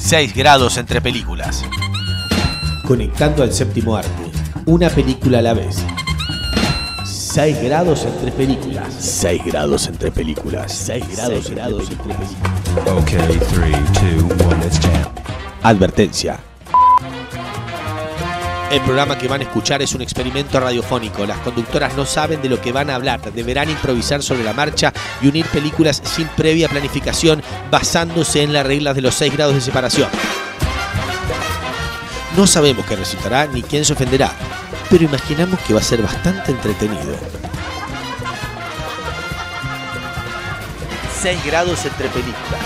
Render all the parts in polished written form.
6 grados entre películas. Conectando al séptimo arte, una película a la vez. 6 grados entre películas. 6 grados entre películas. 6 grados entre películas. Ok, 3, 2, 1, let's jam. Advertencia. El programa que van a escuchar es un experimento radiofónico. Las conductoras no saben de lo que van a hablar. Deberán improvisar sobre la marcha y unir películas sin previa planificación, basándose en las reglas de los 6 grados de separación. No sabemos qué resultará ni quién se ofenderá, pero imaginamos que va a ser bastante entretenido. 6 grados entre películas.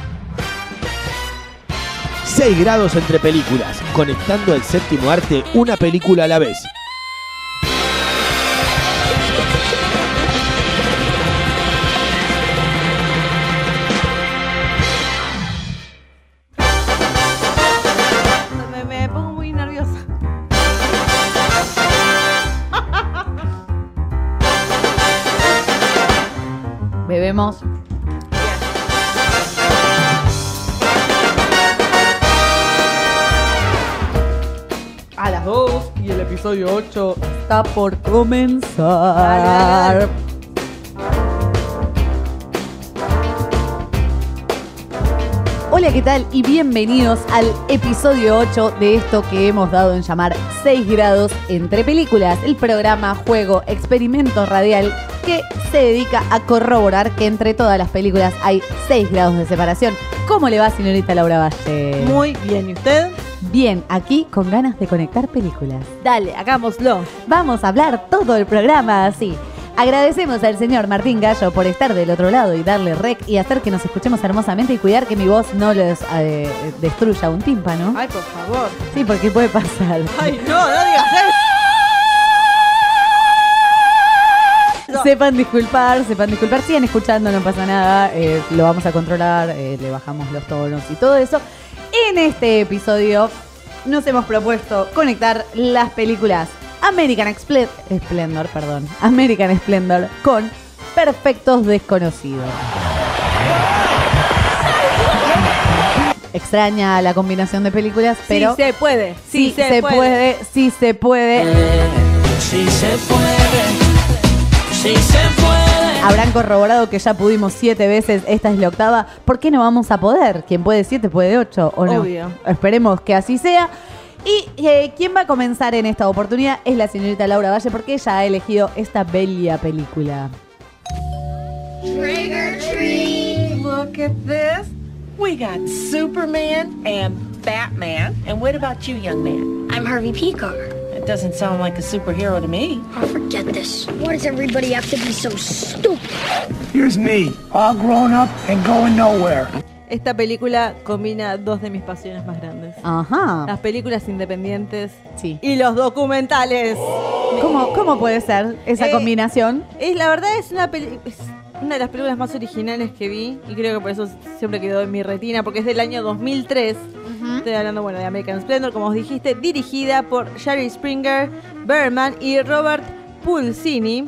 6 grados entre películas. Conectando al séptimo arte, una película a la vez. Me pongo muy nerviosa. Bebemos. A las 2 y el episodio 8 está por comenzar. Dale. Hola, ¿qué tal? Y bienvenidos al episodio 8 de esto que hemos dado en llamar 6 grados entre películas, el programa, juego, experimento radial que se dedica a corroborar que entre todas las películas hay 6 grados de separación. ¿Cómo le va, señorita Laura Valle? Muy bien, ¿y usted? Bien, aquí con ganas de conectar películas. Dale, hagámoslo. Vamos a hablar todo el programa así. Agradecemos al señor Martín Gallo por estar del otro lado y darle rec y hacer que nos escuchemos hermosamente y cuidar que mi voz no les destruya un tímpano. Ay, por favor. Sí, porque puede pasar. Ay, no digas eso. Sepan disculpar. Sigan escuchando, no pasa nada. Lo vamos a controlar, le bajamos los tonos y todo eso. En este episodio nos hemos propuesto conectar las películas American Splendor con Perfectos Desconocidos. Extraña la combinación de películas, pero sí se puede. sí se puede. Sí se puede. Habrán corroborado que ya pudimos 7 veces, esta es la 8ª. ¿Por qué no vamos a poder? Quien puede 7 puede 8, ¿o no? Obvio. Esperemos que así sea. Y quien va a comenzar en esta oportunidad es la señorita Laura Valle, porque ella ha elegido esta bella película. Trick or treat. Look at this. We got Superman and Batman. And what about you, young man? I'm Harvey Peacock. It doesn't sound like a superhero to me. Oh, forget this. Why does everybody have to be so stupid? Here's me, all grown up and going nowhere. Esta película combina dos de mis pasiones más grandes. Ajá. Las películas independientes Sí. y los documentales. ¿Cómo puede ser esa combinación? La verdad es una de las películas más originales que vi y creo que por eso siempre quedó en mi retina, porque es del año 2003. Estoy hablando, de American Splendor, como os dijiste, dirigida por Jerry Springer, Berman y Robert Pulcini.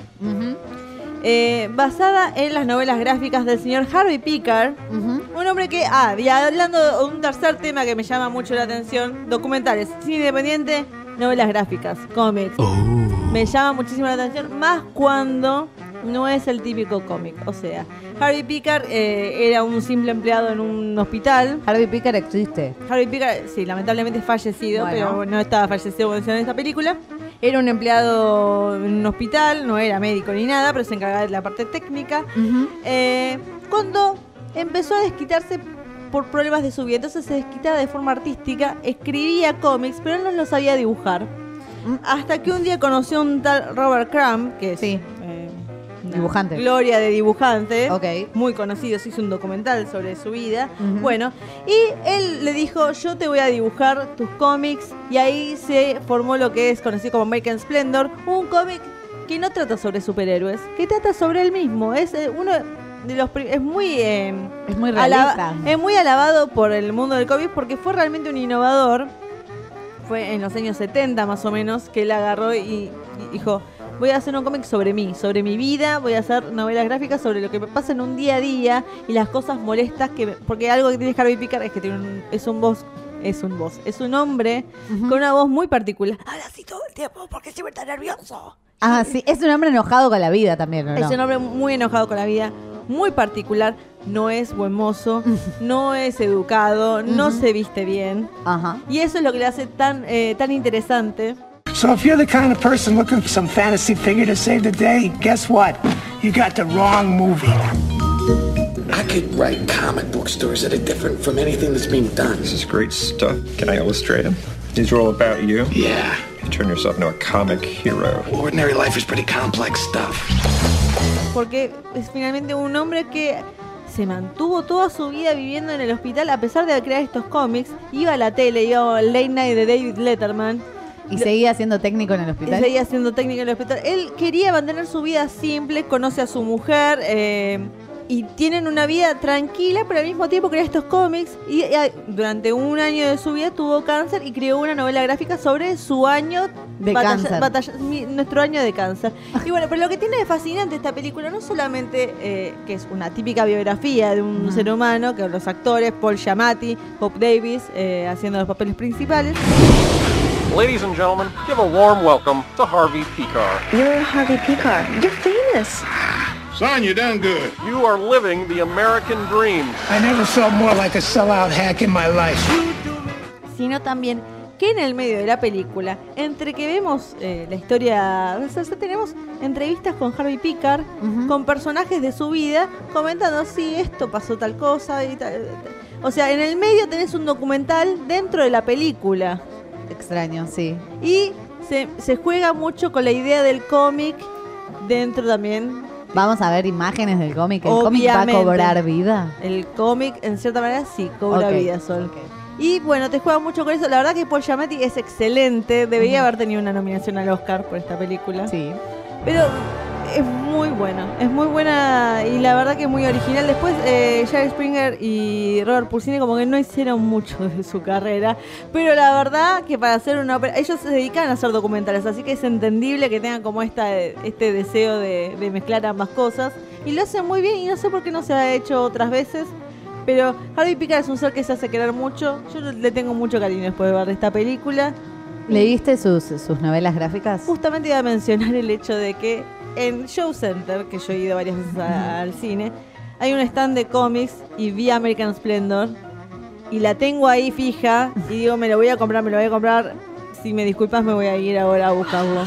Basada en las novelas gráficas del señor Harvey Pekar, un hombre que, y hablando de un tercer tema que me llama mucho la atención, documentales, cine independiente, novelas gráficas, cómics. Me llama muchísimo la atención, más cuando no es el típico cómic. O sea, Harvey Pekar era un simple empleado en un hospital. Harvey Pekar existe. Harvey Pekar, sí, lamentablemente es fallecido, Bueno. pero no estaba fallecido cuando en esta película. Era un empleado en un hospital, no era médico ni nada, pero se encargaba de la parte técnica. Cuando empezó a desquitarse por problemas de su vida, entonces se desquitaba de forma artística, escribía cómics, pero él no los sabía dibujar. Hasta que un día conoció a un tal Robert Crumb, que es Sí. una Dibujante. gloria de dibujante, Ok. muy conocido, se hizo un documental sobre su vida. Bueno, y él le dijo, yo te voy a dibujar tus cómics, y ahí se formó lo que es conocido como American Splendor, un cómic que no trata sobre superhéroes, que trata sobre él mismo. Es uno de los es muy realista. es muy alabado por el mundo del cómic porque fue realmente un innovador. Fue en los años 70 más o menos que él agarró y dijo, voy a hacer un cómic sobre mí, sobre mi vida, voy a hacer novelas gráficas sobre lo que me pasa en un día a día y las cosas molestas porque algo que tiene Harvey Pekar es que es un hombre con una voz muy particular. Habla así todo el tiempo porque siempre está nervioso. Ah, sí, es un hombre enojado con la vida también, ¿no? Es un hombre muy enojado con la vida, muy particular, no es buen mozo, no es educado, no se viste bien. Ajá. Y eso es lo que le hace tan interesante. So if you're the kind of person looking for some fantasy figure to save the day, guess what? You got the wrong movie. I could write comic book stories that are different from anything that's being done. This is great stuff. Can I illustrate them? These are all about you? Yeah. You turn yourself into a comic hero. Ordinary life is pretty complex stuff. Porque es finalmente un hombre que se mantuvo toda su vida viviendo en el hospital a pesar de crear estos cómics. Iba a la tele, iba al Late Night de David Letterman. ¿Y seguía siendo técnico en el hospital? Seguía siendo técnico en el hospital. Él quería mantener su vida simple, conoce a su mujer y tienen una vida tranquila, pero al mismo tiempo crea estos cómics. Y durante un año de su vida tuvo cáncer y creó una novela gráfica sobre su año de cáncer. Nuestro año de cáncer. Y bueno, pero lo que tiene de fascinante esta película no solamente que es una típica biografía de un ser humano, que los actores, Paul Giamatti, Hope Davis, haciendo los papeles principales. Ladies and gentlemen, give a warm welcome to Harvey Pekar. You're Harvey Pekar. You're famous. Son, you done good. You are living the American dream. I never felt more like a sellout hack in my life. Sino también que en el medio de la película, entre que vemos la historia, tenemos entrevistas con Harvey Pekar, con personajes de su vida, comentando, sí, esto pasó tal cosa y tal. O sea, en el medio tenés un documental dentro de la película. Extraño, sí. Y se juega mucho con la idea del cómic dentro también. Vamos a ver imágenes del cómic. ¿El cómic va a cobrar vida? El cómic, en cierta manera, sí, cobra vida, Sol. Y bueno, te juega mucho con eso. La verdad que Paul Giamatti es excelente. Debería haber tenido una nominación al Oscar por esta película. Sí. Pero es muy buena y la verdad que es muy original. Después Jerry Springer y Robert Pulcini como que no hicieron mucho de su carrera, pero la verdad que para hacer una ópera, ellos se dedican a hacer documentales, así que es entendible que tengan como este deseo de mezclar ambas cosas, y lo hacen muy bien, y no sé por qué no se ha hecho otras veces. Pero Harvey Pekar es un ser que se hace querer mucho. Yo le tengo mucho cariño después de ver esta película. ¿Leíste sus novelas gráficas? Justamente iba a mencionar el hecho de que en Show Center, que yo he ido varias veces al cine, hay un stand de cómics y vi American Splendor y la tengo ahí fija y digo, me lo voy a comprar. Si me disculpas, me voy a ir ahora a buscarlo.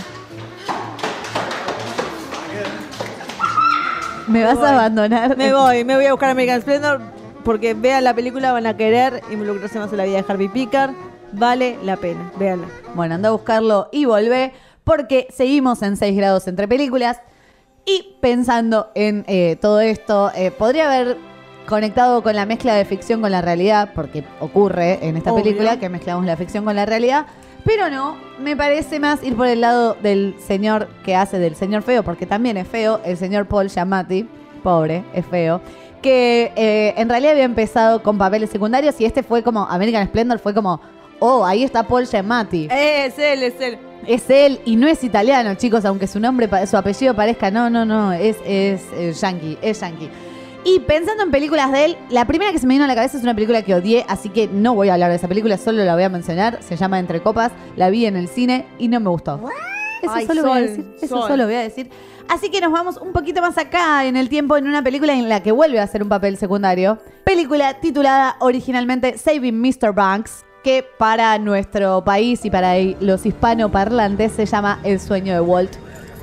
¿Me vas a abandonar? Me voy a buscar American Splendor porque vean la película, van a querer involucrarse más en la vida de Harvey Pekar. Vale la pena, véanla. Bueno, anda a buscarlo y volvé, porque seguimos en 6 grados entre películas. Y pensando en todo esto, podría haber conectado con la mezcla de ficción con la realidad, porque ocurre en esta película que mezclamos la ficción con la realidad. Pero no, me parece más ir por el lado del señor que hace del señor feo, porque también es feo, el señor Paul Giamatti, pobre, es feo, que en realidad había empezado con papeles secundarios y este fue como, American Splendor fue como, oh, ahí está Paul Giamatti. Es él. Es él y no es italiano, chicos, aunque su nombre, su apellido parezca, no, es yankee, es yankee. Y pensando en películas de él, la primera que se me vino a la cabeza es una película que odié, así que no voy a hablar de esa película, solo la voy a mencionar. Se llama Entre Copas, la vi en el cine y no me gustó. Eso solo voy a decir. Así que nos vamos un poquito más acá en el tiempo, en una película en la que vuelve a hacer un papel secundario. Película titulada originalmente Saving Mr. Banks, que para nuestro país y para los hispanoparlantes se llama El sueño de Walt.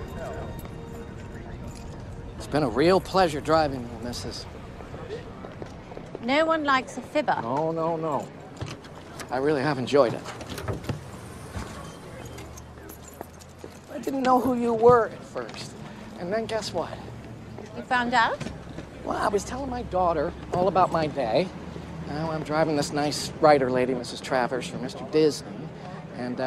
It's been a real pleasure driving you, Mrs. No one likes a fibber. No. I really have enjoyed it. I didn't know who you were at first. And then guess what? You found out? Well, I was telling my daughter all about my day. Now I'm driving this nice writer lady, Mrs. Travers, for Mr. Disney. And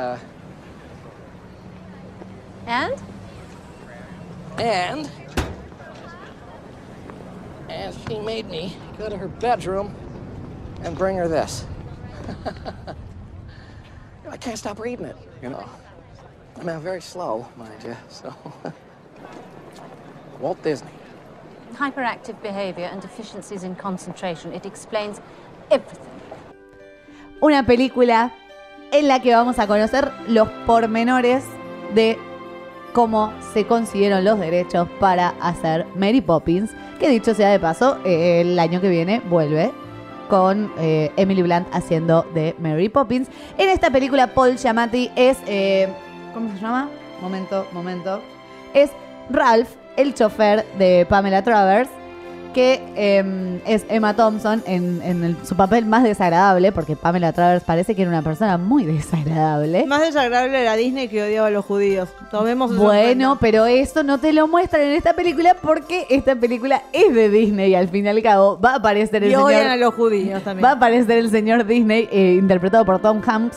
she made me go to her bedroom and bring her this. I can't stop reading it, you know. I mean, I'm very slow, mind you, so... Walt Disney. Hyperactive behavior and deficiencies in concentration. It explains everything. Una película en la que vamos a conocer los pormenores de cómo se consiguieron los derechos para hacer Mary Poppins, que dicho sea de paso, el año que viene vuelve con Emily Blunt haciendo de Mary Poppins. En esta película Paul Giamatti es... ¿cómo se llama? Momento. Es Ralph, el chofer de Pamela Travers, que es Emma Thompson en su papel más desagradable, porque Pamela Travers parece que era una persona muy desagradable. Más desagradable era Disney, que odiaba a los judíos. Tomemos eso. Bueno, pero eso no te lo muestran en esta película, porque esta película es de Disney y al fin y al cabo va a aparecer el y señor... odian a los judíos también. Va a aparecer el señor Disney, interpretado por Tom Hanks.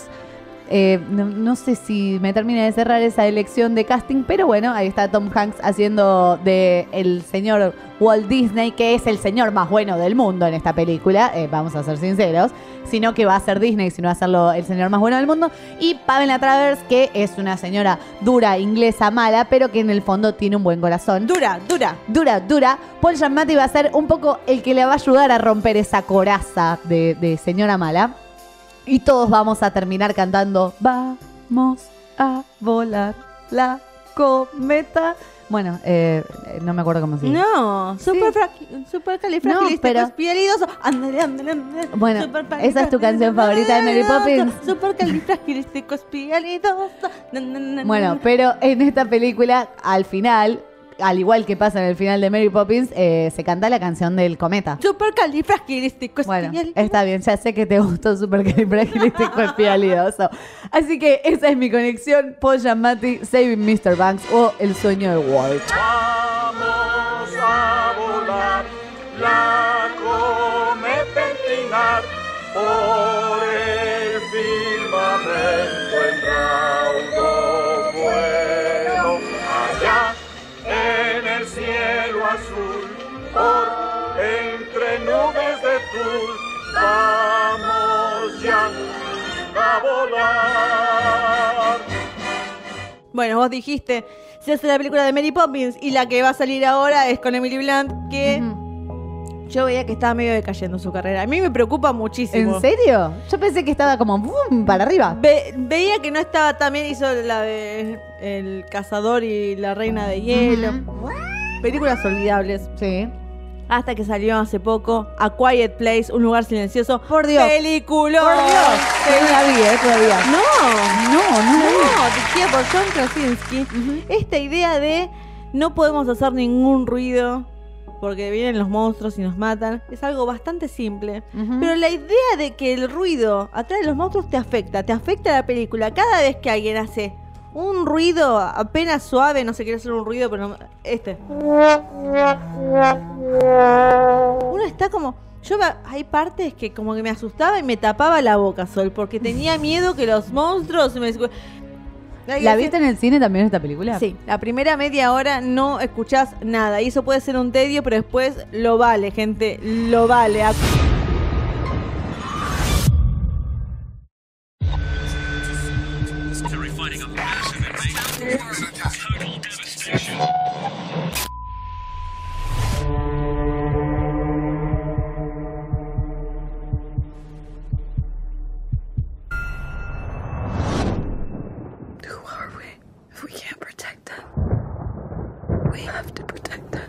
No sé si me termina de cerrar esa elección de casting, pero bueno, ahí está Tom Hanks haciendo de el señor Walt Disney, que es el señor más bueno del mundo en esta película, vamos a ser sinceros, sino que va a ser Disney, sino va a serlo el señor más bueno del mundo, y Pamela Travers, que es una señora dura, inglesa, mala, pero que en el fondo tiene un buen corazón. Dura. Paul Giamatti va a ser un poco el que le va a ayudar a romper esa coraza de señora mala. Y todos vamos a terminar cantando Vamos a volar la cometa. Bueno, no me acuerdo cómo se dice. No, supercalifragilisticoespialidoso. Ándale. Bueno, esa es tu canción favorita de Mary Poppins. Supercalifragilisticoespialidoso. Bueno, pero en esta película, al final, al igual que pasa en el final de Mary Poppins, se canta la canción del cometa. Supercalifragilisticoespialidoso. Bueno, está bien, ya sé que te gustó Supercalifragilisticoespialidoso. Así que esa es mi conexión. Paul Giamatti, Saving Mr. Banks o El sueño de Walt. Vamos a volar la cometa empinada por el firmamento en raudo vuelo allá en el cielo azul, por entre nubes de tul, vamos ya a volar. Bueno, vos dijiste, se hace la película de Mary Poppins y la que va a salir ahora es con Emily Blunt, que yo veía que estaba medio decayendo su carrera. A mí me preocupa muchísimo. ¿En serio? Yo pensé que estaba como boom, para arriba. Veía que no estaba, también hizo la de El cazador y la reina de hielo. Películas olvidables. Sí. Hasta que salió hace poco A Quiet Place, Un lugar silencioso. Por Dios. ¡Peliculón! Por Dios. Que no la vi, todavía. No la vi. No, dirigida por John Krasinski. Esta idea de no podemos hacer ningún ruido porque vienen los monstruos y nos matan, es algo bastante simple. Pero la idea de que el ruido atrás de los monstruos te afecta la película. Cada vez que alguien hace un ruido apenas suave, no sé, quiere hacer un ruido, pero uno está como... hay partes que como que me asustaba y me tapaba la boca, Sol, porque tenía miedo que los monstruos me... ¿La viste en el cine también esta película? Sí, la primera media hora no escuchás nada y eso puede ser un tedio, pero después lo vale, gente, lo vale. We can't protect them. We have to protect them.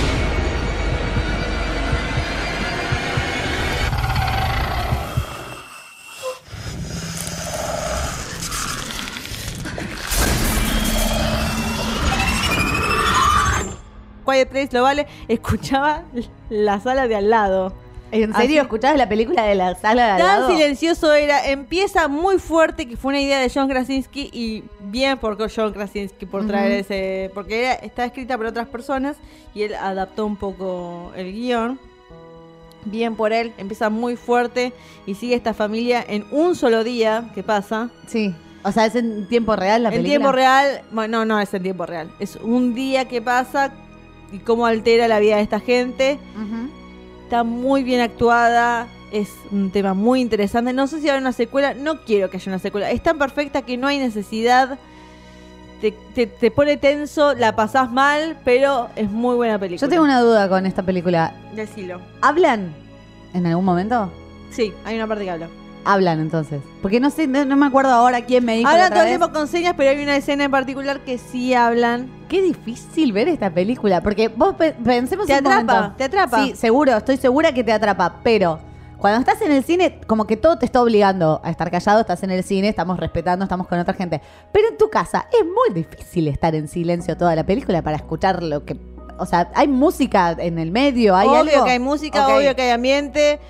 Quiet Place lo vale. Escuchaba la sala de al lado. ¿En serio? ¿Escuchabas la película de la sala de al lado? Tan silencioso era. Empieza muy fuerte, que fue una idea de John Krasinski. Y bien por John Krasinski por traer ese... Porque está escrita por otras personas y él adaptó un poco el guión. Bien por él. Empieza muy fuerte y sigue esta familia en un solo día. ¿Qué pasa? Sí. O sea, ¿es en tiempo real la película? En tiempo real... Bueno, no es en tiempo real. Es un día que pasa y cómo altera la vida de esta gente. Está muy bien actuada, es un tema muy interesante. No sé si va a haber una secuela, no quiero que haya una secuela. Es tan perfecta que no hay necesidad te pone tenso, la pasás mal, pero es muy buena película. Yo tengo una duda con esta película. Decilo. ¿Hablan en algún momento? Sí, hay una parte que habla. Hablan entonces. Porque no sé, no me acuerdo ahora quién me dijo. Hablan todo el tiempo con señas, pero hay una escena en particular que sí hablan. Qué difícil ver esta película. Porque vos pensemos te un atrapa, momento. Te atrapa. Sí, seguro, estoy segura que te atrapa. Pero cuando estás en el cine, como que todo te está obligando a estar callado. Estás en el cine, estamos respetando, estamos con otra gente. Pero en tu casa es muy difícil estar en silencio toda la película para escuchar lo que... O sea, hay música en el medio, hay algo. Obvio que hay música, Okay. obvio que hay ambiente.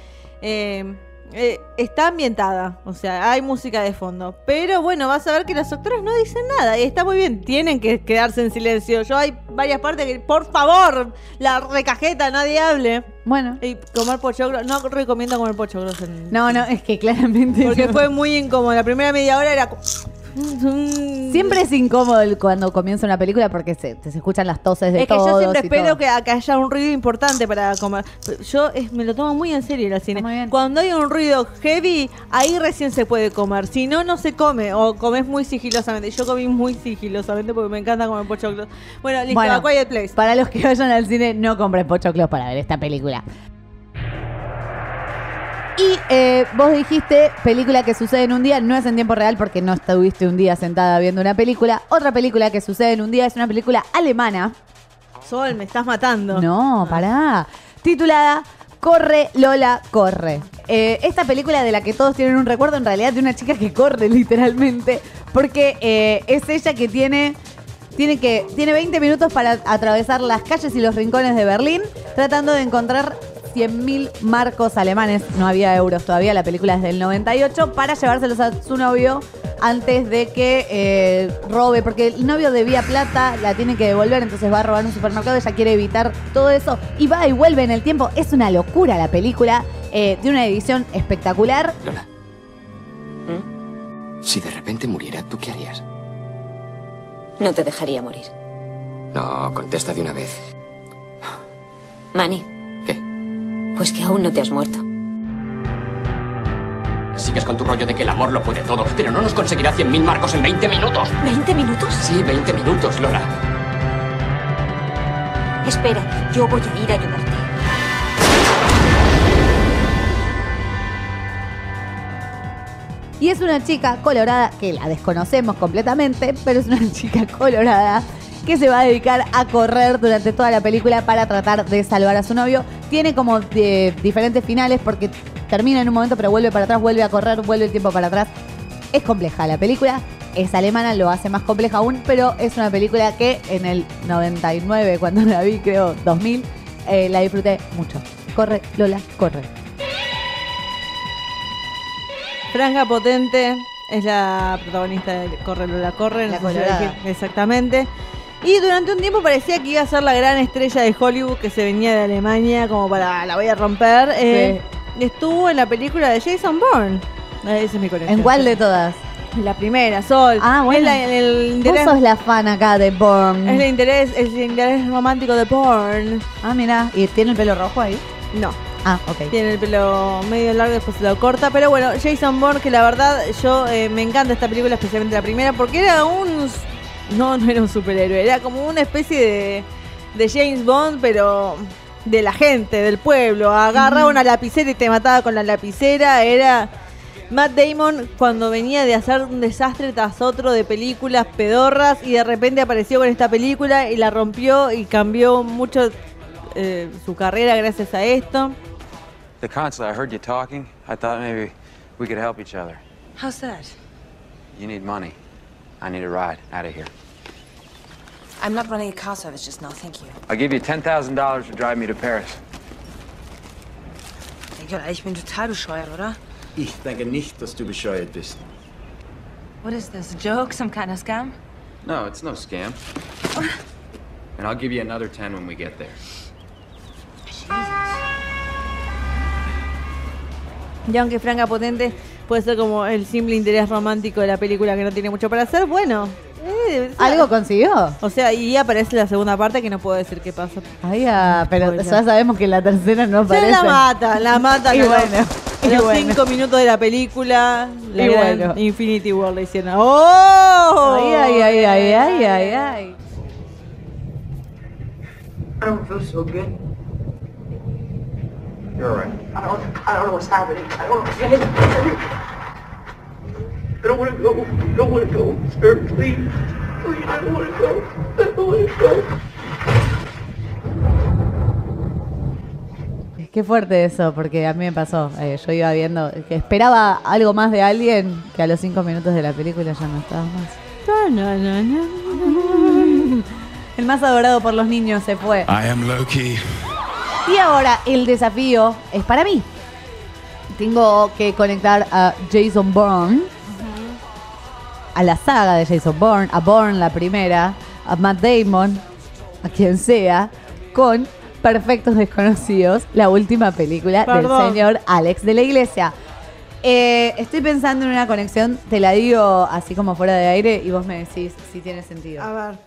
Está ambientada, o sea, hay música de fondo. Pero bueno, vas a ver que los actores no dicen nada y está muy bien, tienen que quedarse en silencio. Yo hay varias partes que, por favor, la recajeta, nadie hable. Bueno. Y comer pochoclos, no recomiendo comer pochoclos No, es que claramente... porque fue muy incómodo, la primera media hora era... Siempre es incómodo cuando comienza una película porque se escuchan las toses de todos. Es que yo siempre espero todo. que haya un ruido importante para comer. Yo me lo tomo muy en serio el cine. Cuando hay un ruido heavy, ahí recién se puede comer. Si no, no se come. O comes muy sigilosamente. Yo comí muy sigilosamente porque me encanta comer pochoclos. Bueno, listo, A Quiet Place. Para los que vayan al cine, no compren pochoclos para ver esta película. Y vos dijiste, película que sucede en un día, no es en tiempo real porque no estuviste un día sentada viendo una película. Otra película que sucede en un día es una película alemana. Sol, me estás matando. No, pará. Titulada Corre, Lola, corre. Esta película de la que todos tienen un recuerdo, en realidad de una chica que corre literalmente, porque es ella que tiene 20 minutos para atravesar las calles y los rincones de Berlín, tratando de encontrar 100.000 marcos alemanes, no había euros todavía, la película es del 98, para llevárselos a su novio antes de que robe, porque el novio debía plata, la tiene que devolver, entonces va a robar un supermercado, ella quiere evitar todo eso y va y vuelve en el tiempo. Es una locura la película, de una edición espectacular. Lola, si de repente muriera, ¿tú qué harías? No te dejaría morir. No, contesta de una vez. Manny. ¿Qué? Pues que aún no te has muerto. Sigues con tu rollo de que el amor lo puede todo, pero no nos conseguirá 100.000 marcos en 20 minutos. ¿20 minutos? Sí, 20 minutos, Lola. Espera, yo voy a ir a ayudarte. Y es una chica colorada, que la desconocemos completamente, pero es una chica colorada que se va a dedicar a correr durante toda la película para tratar de salvar a su novio. Tiene como diferentes finales porque termina en un momento pero vuelve para atrás, vuelve a correr, vuelve el tiempo para atrás. Es compleja la película, es alemana, lo hace más compleja aún, pero es una película que en el 99, cuando la vi, creo 2000, la disfruté mucho. Corre, Lola, corre. Franja Potente es la protagonista de Corre, Lola, corre. La colorada. Exactamente. Y durante un tiempo parecía que iba a ser la gran estrella de Hollywood que se venía de Alemania como para la voy a romper. Estuvo en la película de Jason Bourne. Ese es mi conexión. ¿En cuál de todas? La primera, Sol. Ah, bueno. El interés, vos sos la fan acá de Bourne. Es el interés romántico de Bourne. Ah, mira. ¿Y tiene el pelo rojo ahí? No. Ah, ok. Tiene el pelo medio largo, después se lo corta. Pero bueno, Jason Bourne, que la verdad yo me encanta esta película, especialmente la primera, porque era no era un superhéroe, era como una especie de James Bond, pero de la gente, del pueblo. Agarraba una lapicera y te mataba con la lapicera. Era Matt Damon cuando venía de hacer un desastre tras otro de películas pedorras y de repente apareció con esta película y la rompió y cambió mucho su carrera gracias a esto. The consulate, I heard you talking. I thought maybe we could help each other. How's that? You need money. I need a ride out of here. I'm not running a car service just now, thank you. I'll give you $10,000 to drive me to Paris. Ich bin total bescheuert, oder? Ich denke nicht, dass du bescheuert bist. What is this, a joke? Some kind of scam? No, it's no scam. And I'll give you another 10 when we get there. Y aunque Franja Potente puede ser como el simple interés romántico de la película que no tiene mucho para hacer, bueno. ¿Algo consiguió? O sea, y aparece la segunda parte que no puedo decir qué pasa. Pero ya sabemos que en la tercera no aparece. Se la mata. Y no. bueno. A los bueno. 5 minutos de la película, la Y gran bueno. Infinity War le hicieron. ¡Oh! Ay. I don't feel so good. You're alright. I don't know what's happening. I don't want to go. I don't want to go. Sir, please. Please, I don't want to go. I don't want to go. Qué fuerte eso, porque a mí me pasó. Yo iba viendo que esperaba algo más de alguien que a los 5 minutos de la película ya no estaba más. El más adorado por los niños se fue. I am Loki. Y ahora el desafío es para mí. Tengo que conectar a Jason Bourne, a la saga de Jason Bourne, a Bourne la primera, a Matt Damon, a quien sea, con Perfectos Desconocidos, la última película del señor Alex de la Iglesia. Estoy pensando en una conexión, te la digo así como fuera de aire y vos me decís si tiene sentido. A ver.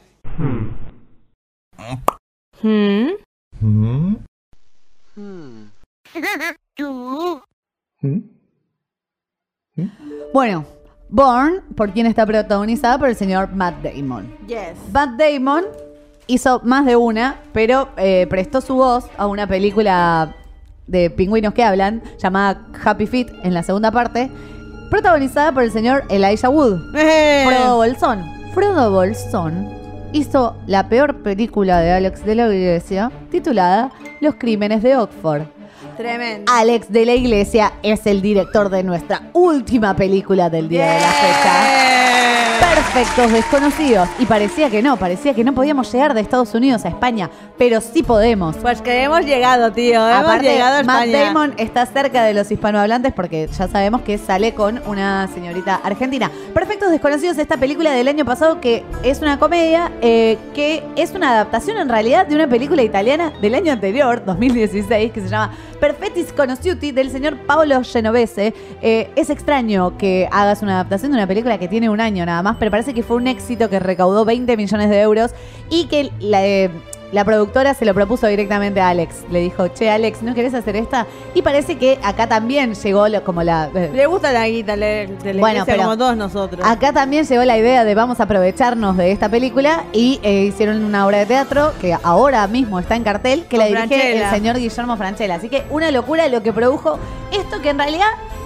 Bueno, Bourne, por quien está protagonizada por el señor Matt Damon. Yes. Matt Damon hizo más de una, pero prestó su voz a una película de pingüinos que hablan, llamada Happy Feet, en la segunda parte, protagonizada por el señor Elijah Wood. Frodo Bolsón. Frodo Bolsón hizo la peor película de Alex de la Iglesia, titulada Los Crímenes de Oxford. Tremendo. Alex de la Iglesia es el director de nuestra última película del día de la fecha. Perfectos Desconocidos. Y parecía que no podíamos llegar de Estados Unidos a España, pero sí podemos. Pues que hemos llegado, tío. Hemos llegado a España. Matt Damon está cerca de los hispanohablantes porque ya sabemos que sale con una señorita argentina. Perfectos Desconocidos, esta película del año pasado que es una comedia que es una adaptación en realidad de una película italiana del año anterior, 2016, que se llama Perfettis Conosciuti, del señor Paolo Genovese. Es extraño que hagas una adaptación de una película que tiene un año nada más, pero parece que fue un éxito que recaudó 20 millones de euros y que la productora se lo propuso directamente a Alex. Le dijo, che, Alex, ¿no querés hacer esta? Y parece que acá también llegó como la... Le gusta la guita, bueno, pero como todos nosotros. Acá también llegó la idea de vamos a aprovecharnos de esta película y hicieron una obra de teatro que ahora mismo está en cartel, que la dirige Francella. el señor Guillermo Francella. Así que una locura lo que produjo esto, que en realidad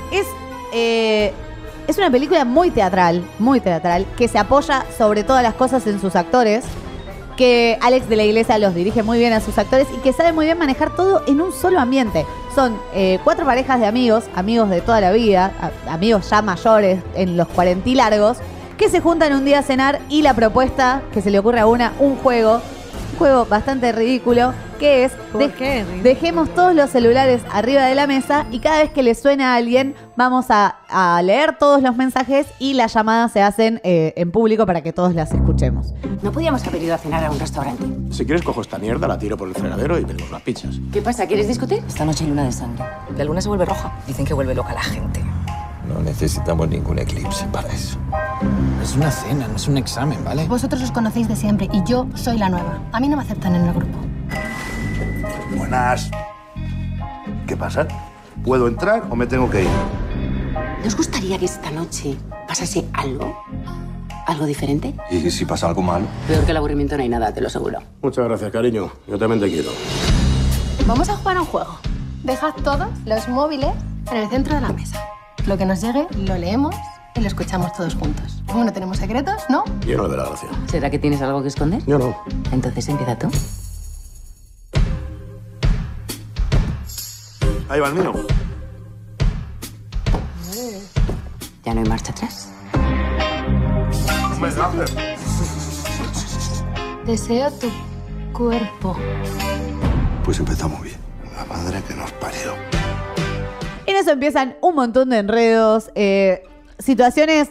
es una película muy teatral, que se apoya sobre todas las cosas en sus actores, que Alex de la Iglesia los dirige muy bien a sus actores y que sabe muy bien manejar todo en un solo ambiente. Son 4 parejas de amigos de toda la vida, amigos ya mayores, en los 40 y largos, que se juntan un día a cenar y la propuesta que se le ocurre a un juego bastante ridículo, que es dejemos todos los celulares arriba de la mesa y cada vez que le suena a alguien vamos a leer todos los mensajes y las llamadas se hacen en público para que todos las escuchemos. ¿No podíamos haber ido a cenar a un restaurante? Si quieres cojo esta mierda, la tiro por el fregadero y pedimos unas pizzas. ¿Qué pasa? ¿Quieres discutir? Esta noche hay luna de sangre. La luna se vuelve roja. Dicen que vuelve loca la gente. No necesitamos ningún eclipse para eso. Es una cena, no es un examen, ¿vale? Vosotros os conocéis de siempre y yo soy la nueva. A mí no me aceptan en el grupo. Buenas. ¿Qué pasa? ¿Puedo entrar o me tengo que ir? ¿No os gustaría que esta noche pasase algo? ¿Algo diferente? ¿Y si pasa algo malo? Peor que el aburrimiento no hay nada, te lo aseguro. Muchas gracias, cariño. Yo también te quiero. Vamos a jugar a un juego. Dejad todos los móviles en el centro de la mesa. Lo que nos llegue, lo leemos y lo escuchamos todos juntos. Como no tenemos secretos, ¿no? Yo no le doy la gracia. ¿Será que tienes algo que esconder? Yo no. Entonces empieza tú. Ahí va el mío. Ya no hay marcha atrás. Deseo tu cuerpo. Pues empezamos bien. La madre que nos parió. En eso empiezan un montón de enredos, situaciones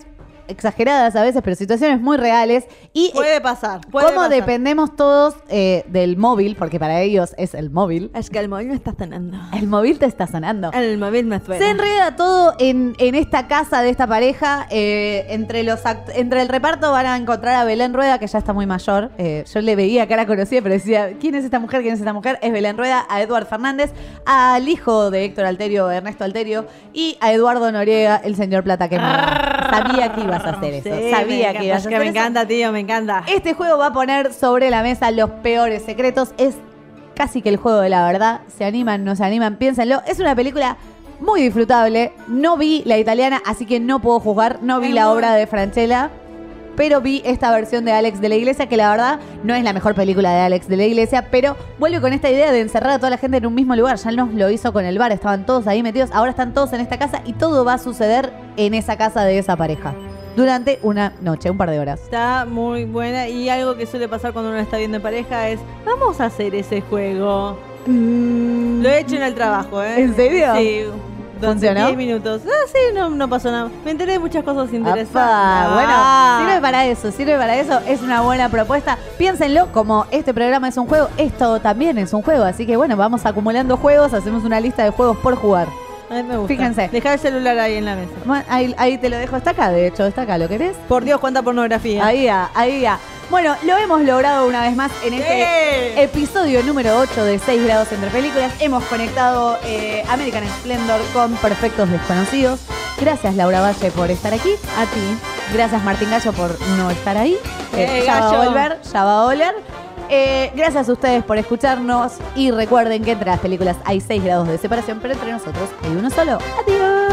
exageradas a veces, pero situaciones muy reales. Y puede pasar. Cómo dependemos todos del móvil, porque para ellos es el móvil. Es que el móvil me está sonando. El móvil te está sonando. El móvil me suena. Se enreda todo en esta casa de esta pareja. Entre el reparto van a encontrar a Belén Rueda, que ya está muy mayor. Yo le veía cara conocida, pero decía, ¿quién es esta mujer? ¿Quién es esta mujer? Es Belén Rueda, a Eduard Fernández, al hijo de Héctor Alterio, Ernesto Alterio, y a Eduardo Noriega, el señor Plata Quemada. Sabía que ibas a hacer eso. Sí, Sabía que ibas a hacer eso. Me encanta, tío, me encanta. Este juego va a poner sobre la mesa los peores secretos. Es casi que el juego de la verdad. ¿Se animan? ¿No se animan? Piénsenlo. Es una película muy disfrutable. No vi la italiana, así que no puedo juzgar. No vi la obra de Francella, pero vi esta versión de Alex de la Iglesia, que la verdad no es la mejor película de Alex de la Iglesia, pero vuelve con esta idea de encerrar a toda la gente en un mismo lugar. Ya nos lo hizo con el bar, estaban todos ahí metidos, ahora están todos en esta casa y todo va a suceder en esa casa de esa pareja durante una noche, un par de horas. Está muy buena, y algo que suele pasar cuando uno está viendo en pareja es, vamos a hacer ese juego. Lo he hecho en el trabajo, ¿eh? ¿En serio? Sí. ¿Funcionó? 10 minutos. Sí, no pasó nada. Me enteré de muchas cosas interesantes. Bueno, sirve para eso. Es una buena propuesta. Piénsenlo, como este programa es un juego, esto también es un juego. Así que bueno, vamos acumulando juegos, hacemos una lista de juegos por jugar. A mí me gusta. Fíjense. Dejar el celular ahí en la mesa. Bueno, ahí te lo dejo. Está acá, de hecho. Está acá. ¿Lo querés? Por Dios, cuánta pornografía. Ahí ya. Bueno, lo hemos logrado una vez más en este episodio número 8 de 6 grados entre películas. Hemos conectado American Splendor con Perfectos Desconocidos. Gracias, Laura Valle, por estar aquí. A ti. Gracias, Martín Gallo, por no estar ahí. Ya Gallo. va a volver. Gracias a ustedes por escucharnos. Y recuerden que entre las películas hay 6 grados de separación, pero entre nosotros hay uno solo. Adiós.